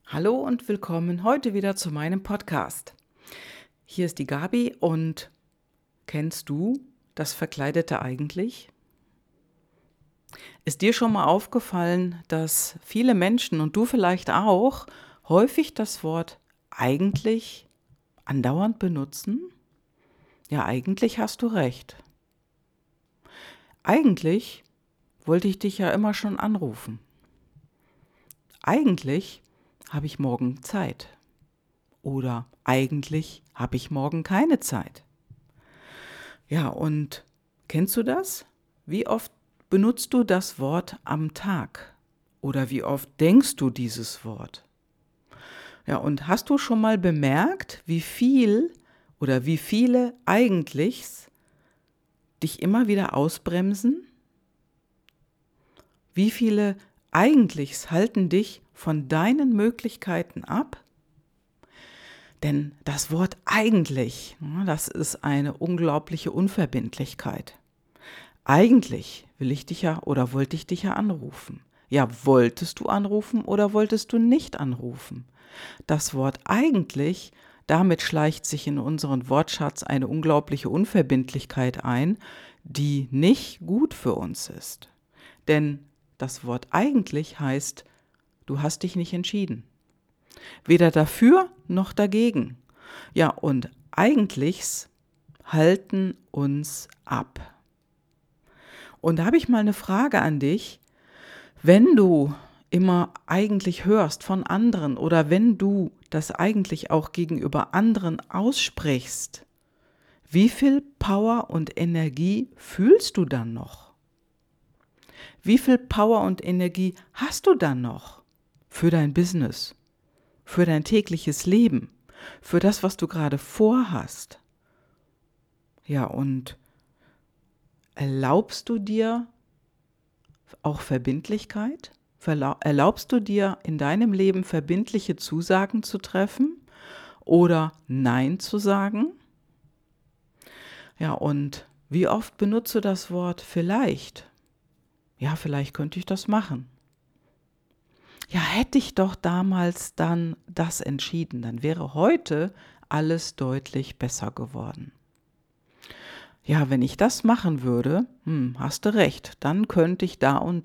Hallo und willkommen heute wieder zu meinem Podcast. Hier ist die Gabi und kennst du das Verkleidete eigentlich? Ist dir schon mal aufgefallen, dass viele Menschen und du vielleicht auch häufig das Wort eigentlich andauernd benutzen? Ja, eigentlich hast du recht. Eigentlich wollte ich dich ja immer schon anrufen. Eigentlich habe ich morgen Zeit. Oder eigentlich habe ich morgen keine Zeit. Ja, und kennst du das? Wie oft benutzt du das Wort am Tag? Oder wie oft denkst du dieses Wort? Ja, und hast du schon mal bemerkt, wie viel oder wie viele Eigentlichs dich immer wieder ausbremsen? Wie viele Eigentlichs halten dich von deinen Möglichkeiten ab? Denn das Wort eigentlich, das ist eine unglaubliche Unverbindlichkeit. Eigentlich will ich dich ja oder wollte ich dich ja anrufen. Ja, wolltest du anrufen oder wolltest du nicht anrufen? Das Wort eigentlich, damit schleicht sich in unseren Wortschatz eine unglaubliche Unverbindlichkeit ein, die nicht gut für uns ist. Denn das Wort eigentlich heißt, du hast dich nicht entschieden. Weder dafür noch dagegen. Ja, und Eigentlichs halten uns ab. Und da habe ich mal eine Frage an dich. Wenn du immer eigentlich hörst von anderen oder wenn du das eigentlich auch gegenüber anderen aussprichst, wie viel Power und Energie fühlst du dann noch? Wie viel Power und Energie hast du dann noch für dein Business, für dein tägliches Leben, für das, was du gerade vorhast? Ja, und erlaubst du dir auch Verbindlichkeit? Erlaubst du dir in deinem Leben verbindliche Zusagen zu treffen oder Nein zu sagen? Ja, und wie oft benutzt du das Wort vielleicht? Ja, vielleicht könnte ich das machen. Ja, hätte ich doch damals dann das entschieden, dann wäre heute alles deutlich besser geworden. Ja, wenn ich das machen würde, hast du recht, dann könnte ich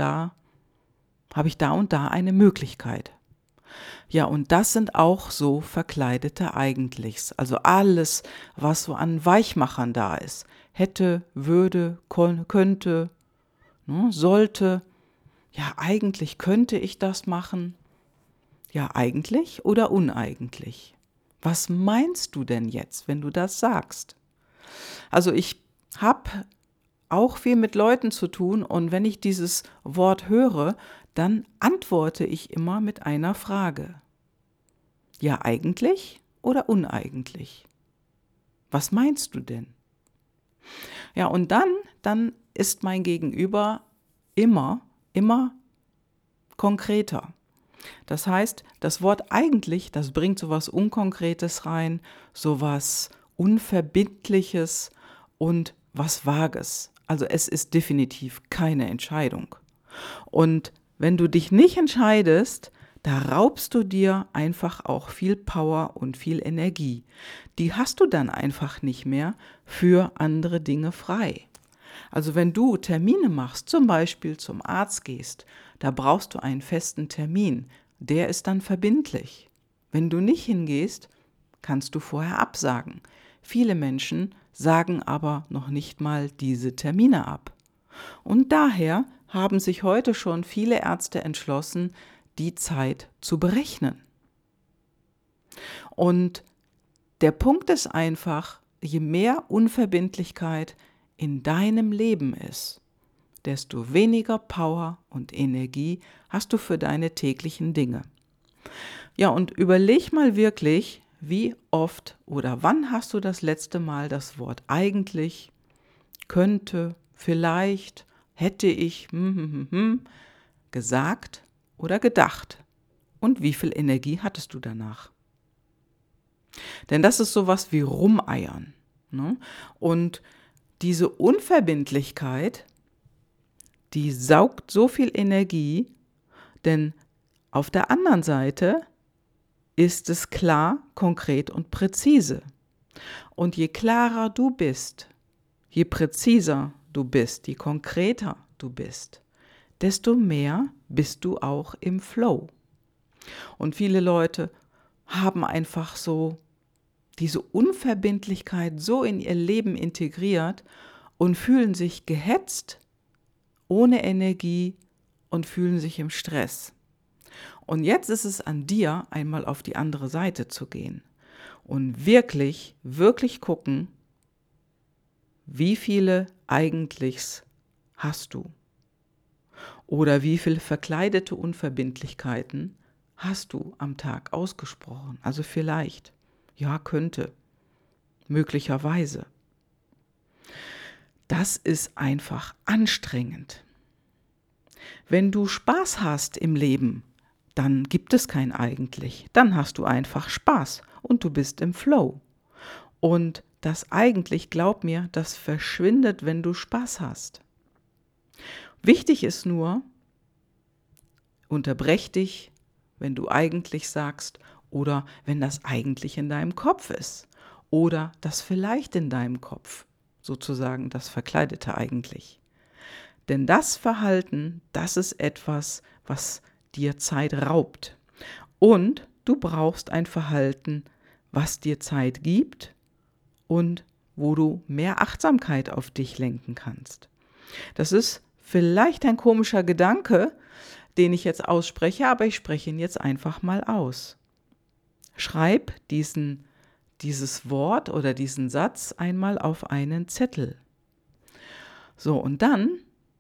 habe ich da und da eine Möglichkeit. Ja, und das sind auch so verkleidete Eigentlichs. Also alles, was so an Weichmachern da ist. Hätte, würde, könnte, sollte. Ja, eigentlich könnte ich das machen. Ja, eigentlich oder uneigentlich? Was meinst du denn jetzt, wenn du das sagst? Also ich habe auch viel mit Leuten zu tun und wenn ich dieses Wort höre, dann antworte ich immer mit einer Frage. Ja, eigentlich oder uneigentlich? Was meinst du denn? Ja, und dann ist mein Gegenüber immer konkreter. Das heißt, das Wort eigentlich, das bringt sowas Unkonkretes rein, sowas Unverbindliches und was Vages. Also es ist definitiv keine Entscheidung. Und wenn du dich nicht entscheidest, da raubst du dir einfach auch viel Power und viel Energie. Die hast du dann einfach nicht mehr für andere Dinge frei. Also wenn du Termine machst, zum Beispiel zum Arzt gehst, da brauchst du einen festen Termin. Der ist dann verbindlich. Wenn du nicht hingehst, kannst du vorher absagen. Viele Menschen sagen aber noch nicht mal diese Termine ab. Und daher haben sich heute schon viele Ärzte entschlossen, die Zeit zu berechnen. Und der Punkt ist einfach, je mehr Unverbindlichkeit in deinem Leben ist, desto weniger Power und Energie hast du für deine täglichen Dinge. Ja, und überleg mal wirklich, wie oft oder wann hast du das letzte Mal das Wort eigentlich, könnte, vielleicht, hätte ich gesagt oder gedacht? Und wie viel Energie hattest du danach? Denn das ist sowas wie Rumeiern. Ne? Und diese Unverbindlichkeit, die saugt so viel Energie, denn auf der anderen Seite ist es klar, konkret und präzise. Und je klarer du bist, je präziser du bist, je konkreter du bist, desto mehr bist du auch im Flow. Und viele Leute haben einfach so diese Unverbindlichkeit so in ihr Leben integriert und fühlen sich gehetzt, ohne Energie und fühlen sich im Stress. Und jetzt ist es an dir, einmal auf die andere Seite zu gehen und wirklich, wirklich gucken, wie viele Eigentlichs hast du? Oder wie viele verkleidete Unverbindlichkeiten hast du am Tag ausgesprochen? Also vielleicht, ja, könnte, möglicherweise. Das ist einfach anstrengend. Wenn du Spaß hast im Leben, dann gibt es kein eigentlich. Dann hast du einfach Spaß und du bist im Flow. Und das eigentlich, glaub mir, das verschwindet, wenn du Spaß hast. Wichtig ist nur, unterbrech dich, wenn du eigentlich sagst oder wenn das eigentlich in deinem Kopf ist oder das vielleicht in deinem Kopf, sozusagen das verkleidete eigentlich. Denn das Verhalten, das ist etwas, was dir Zeit raubt. Und du brauchst ein Verhalten, was dir Zeit gibt und wo du mehr Achtsamkeit auf dich lenken kannst. Das ist vielleicht ein komischer Gedanke, den ich jetzt ausspreche, aber ich spreche ihn jetzt einfach mal aus. Schreib dieses Wort oder diesen Satz einmal auf einen Zettel. So, und dann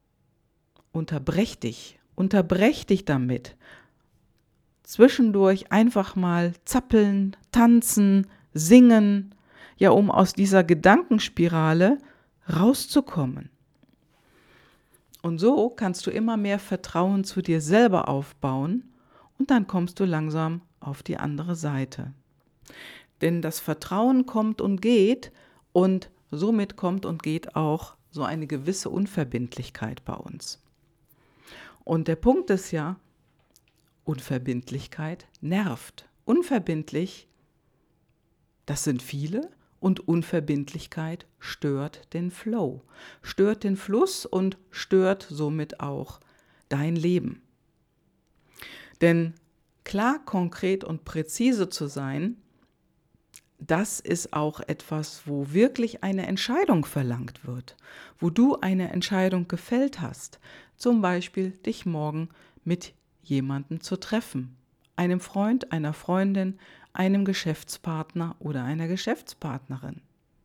unterbrech dich damit. Zwischendurch einfach mal zappeln, tanzen, singen, ja, um aus dieser Gedankenspirale rauszukommen. Und so kannst du immer mehr Vertrauen zu dir selber aufbauen und dann kommst du langsam auf die andere Seite. Denn das Vertrauen kommt und geht und somit kommt und geht auch so eine gewisse Unverbindlichkeit bei uns. Und der Punkt ist ja, Unverbindlichkeit nervt. Unverbindlich, das sind viele. Und Unverbindlichkeit stört den Flow, stört den Fluss und stört somit auch dein Leben. Denn klar, konkret und präzise zu sein, das ist auch etwas, wo wirklich eine Entscheidung verlangt wird, wo du eine Entscheidung gefällt hast, zum Beispiel dich morgen mit jemandem zu treffen, einem Freund, einer Freundin, einem Geschäftspartner oder einer Geschäftspartnerin.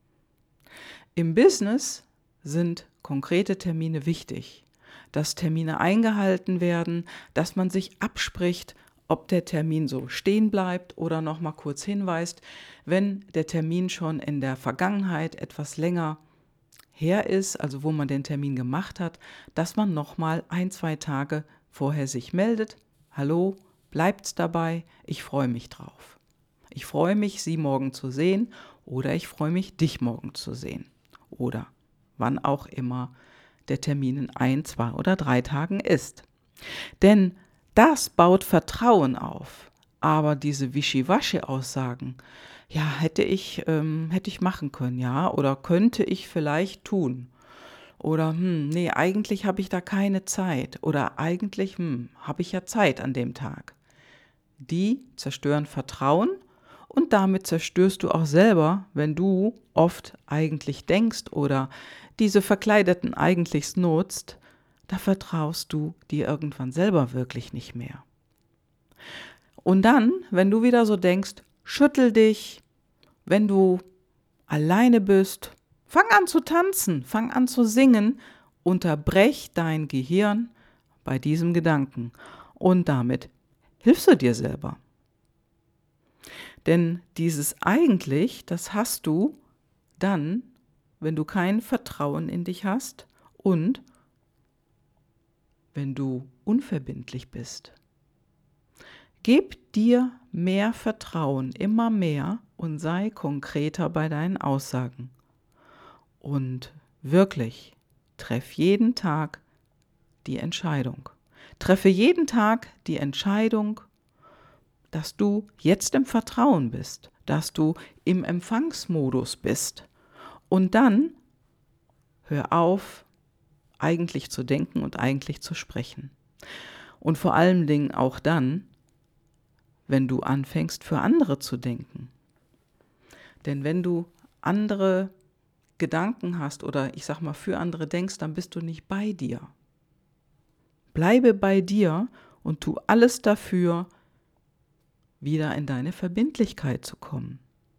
Im Business sind konkrete Termine wichtig, dass Termine eingehalten werden, dass man sich abspricht, ob der Termin so stehen bleibt oder noch mal kurz hinweist, wenn der Termin schon in der Vergangenheit etwas länger her ist, also wo man den Termin gemacht hat, dass man noch mal 1-2 Tage vorher sich meldet. Hallo, bleibt's dabei, ich freue mich drauf. Ich freue mich, Sie morgen zu sehen oder ich freue mich, dich morgen zu sehen. Oder wann auch immer der Termin in 1, 2 oder 3 Tagen ist. Denn das baut Vertrauen auf. Aber diese Wischiwaschi-Aussagen, ja, hätte ich machen können, ja, oder könnte ich vielleicht tun. Oder, nee, eigentlich habe ich da keine Zeit. Oder eigentlich, habe ich ja Zeit an dem Tag. Die zerstören Vertrauen und damit zerstörst du auch selber, wenn du oft eigentlich denkst oder diese verkleideten Eigentlichs nutzt, da vertraust du dir irgendwann selber wirklich nicht mehr. Und dann, wenn du wieder so denkst, schüttel dich, wenn du alleine bist, fang an zu tanzen, fang an zu singen, unterbrech dein Gehirn bei diesem Gedanken und damit hilfst du dir selber. Denn dieses eigentlich, das hast du dann, wenn du kein Vertrauen in dich hast und wenn du unverbindlich bist. Gib dir mehr Vertrauen, immer mehr und sei konkreter bei deinen Aussagen. Und wirklich, treff jeden Tag die Entscheidung. Treffe jeden Tag die Entscheidung, dass du jetzt im Vertrauen bist, dass du im Empfangsmodus bist. Und dann hör auf, eigentlich zu denken und eigentlich zu sprechen. Und vor allen Dingen auch dann, wenn du anfängst, für andere zu denken. Denn wenn du andere Gedanken hast oder ich sag mal für andere denkst, dann bist du nicht bei dir. Bleibe bei dir und tu alles dafür, wieder in deine Verbindlichkeit zu kommen.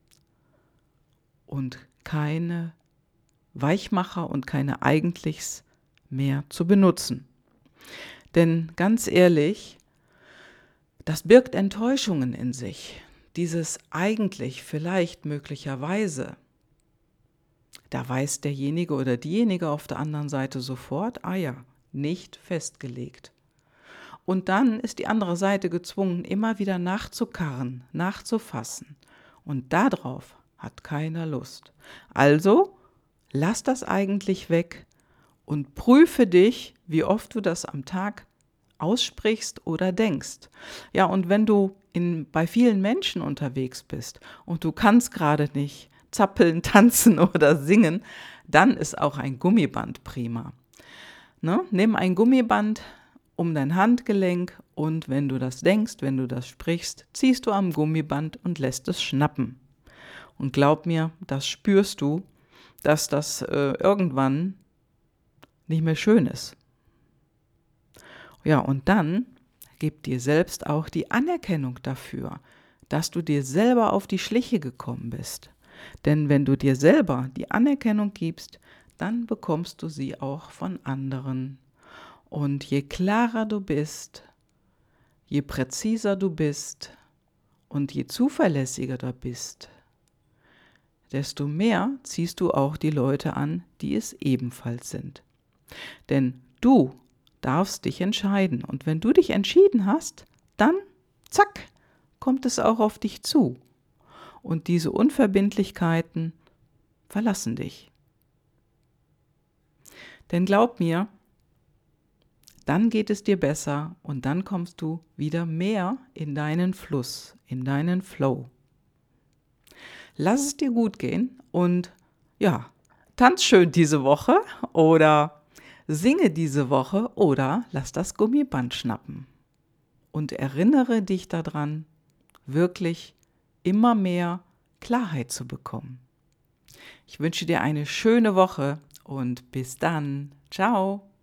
Und keine Weichmacher und keine Eigentlichs mehr zu benutzen. Denn ganz ehrlich, das birgt Enttäuschungen in sich. Dieses eigentlich, vielleicht, möglicherweise. Da weiß derjenige oder diejenige auf der anderen Seite sofort, ah ja, nicht festgelegt. Und dann ist die andere Seite gezwungen, immer wieder nachzukarren, nachzufassen. Und darauf hat keiner Lust. Also, lass das eigentlich weg und prüfe dich, wie oft du das am Tag aussprichst oder denkst. Ja, und wenn du bei vielen Menschen unterwegs bist und du kannst gerade nicht zappeln, tanzen oder singen, dann ist auch ein Gummiband prima. Ne? Nimm ein Gummiband um dein Handgelenk und wenn du das denkst, wenn du das sprichst, ziehst du am Gummiband und lässt es schnappen. Und glaub mir, das spürst du, dass das irgendwann nicht mehr schön ist. Ja, und dann gib dir selbst auch die Anerkennung dafür, dass du dir selber auf die Schliche gekommen bist. Denn wenn du dir selber die Anerkennung gibst, dann bekommst du sie auch von anderen. Und je klarer du bist, je präziser du bist und je zuverlässiger du bist, desto mehr ziehst du auch die Leute an, die es ebenfalls sind. Denn du darfst dich entscheiden. Und wenn du dich entschieden hast, dann, zack, kommt es auch auf dich zu. Und diese Unverbindlichkeiten verlassen dich. Denn glaub mir, dann geht es dir besser und dann kommst du wieder mehr in deinen Fluss, in deinen Flow. Lass es dir gut gehen und ja, tanz schön diese Woche oder singe diese Woche oder lass das Gummiband schnappen. Und erinnere dich daran, wirklich immer mehr Klarheit zu bekommen. Ich wünsche dir eine schöne Woche und bis dann. Ciao.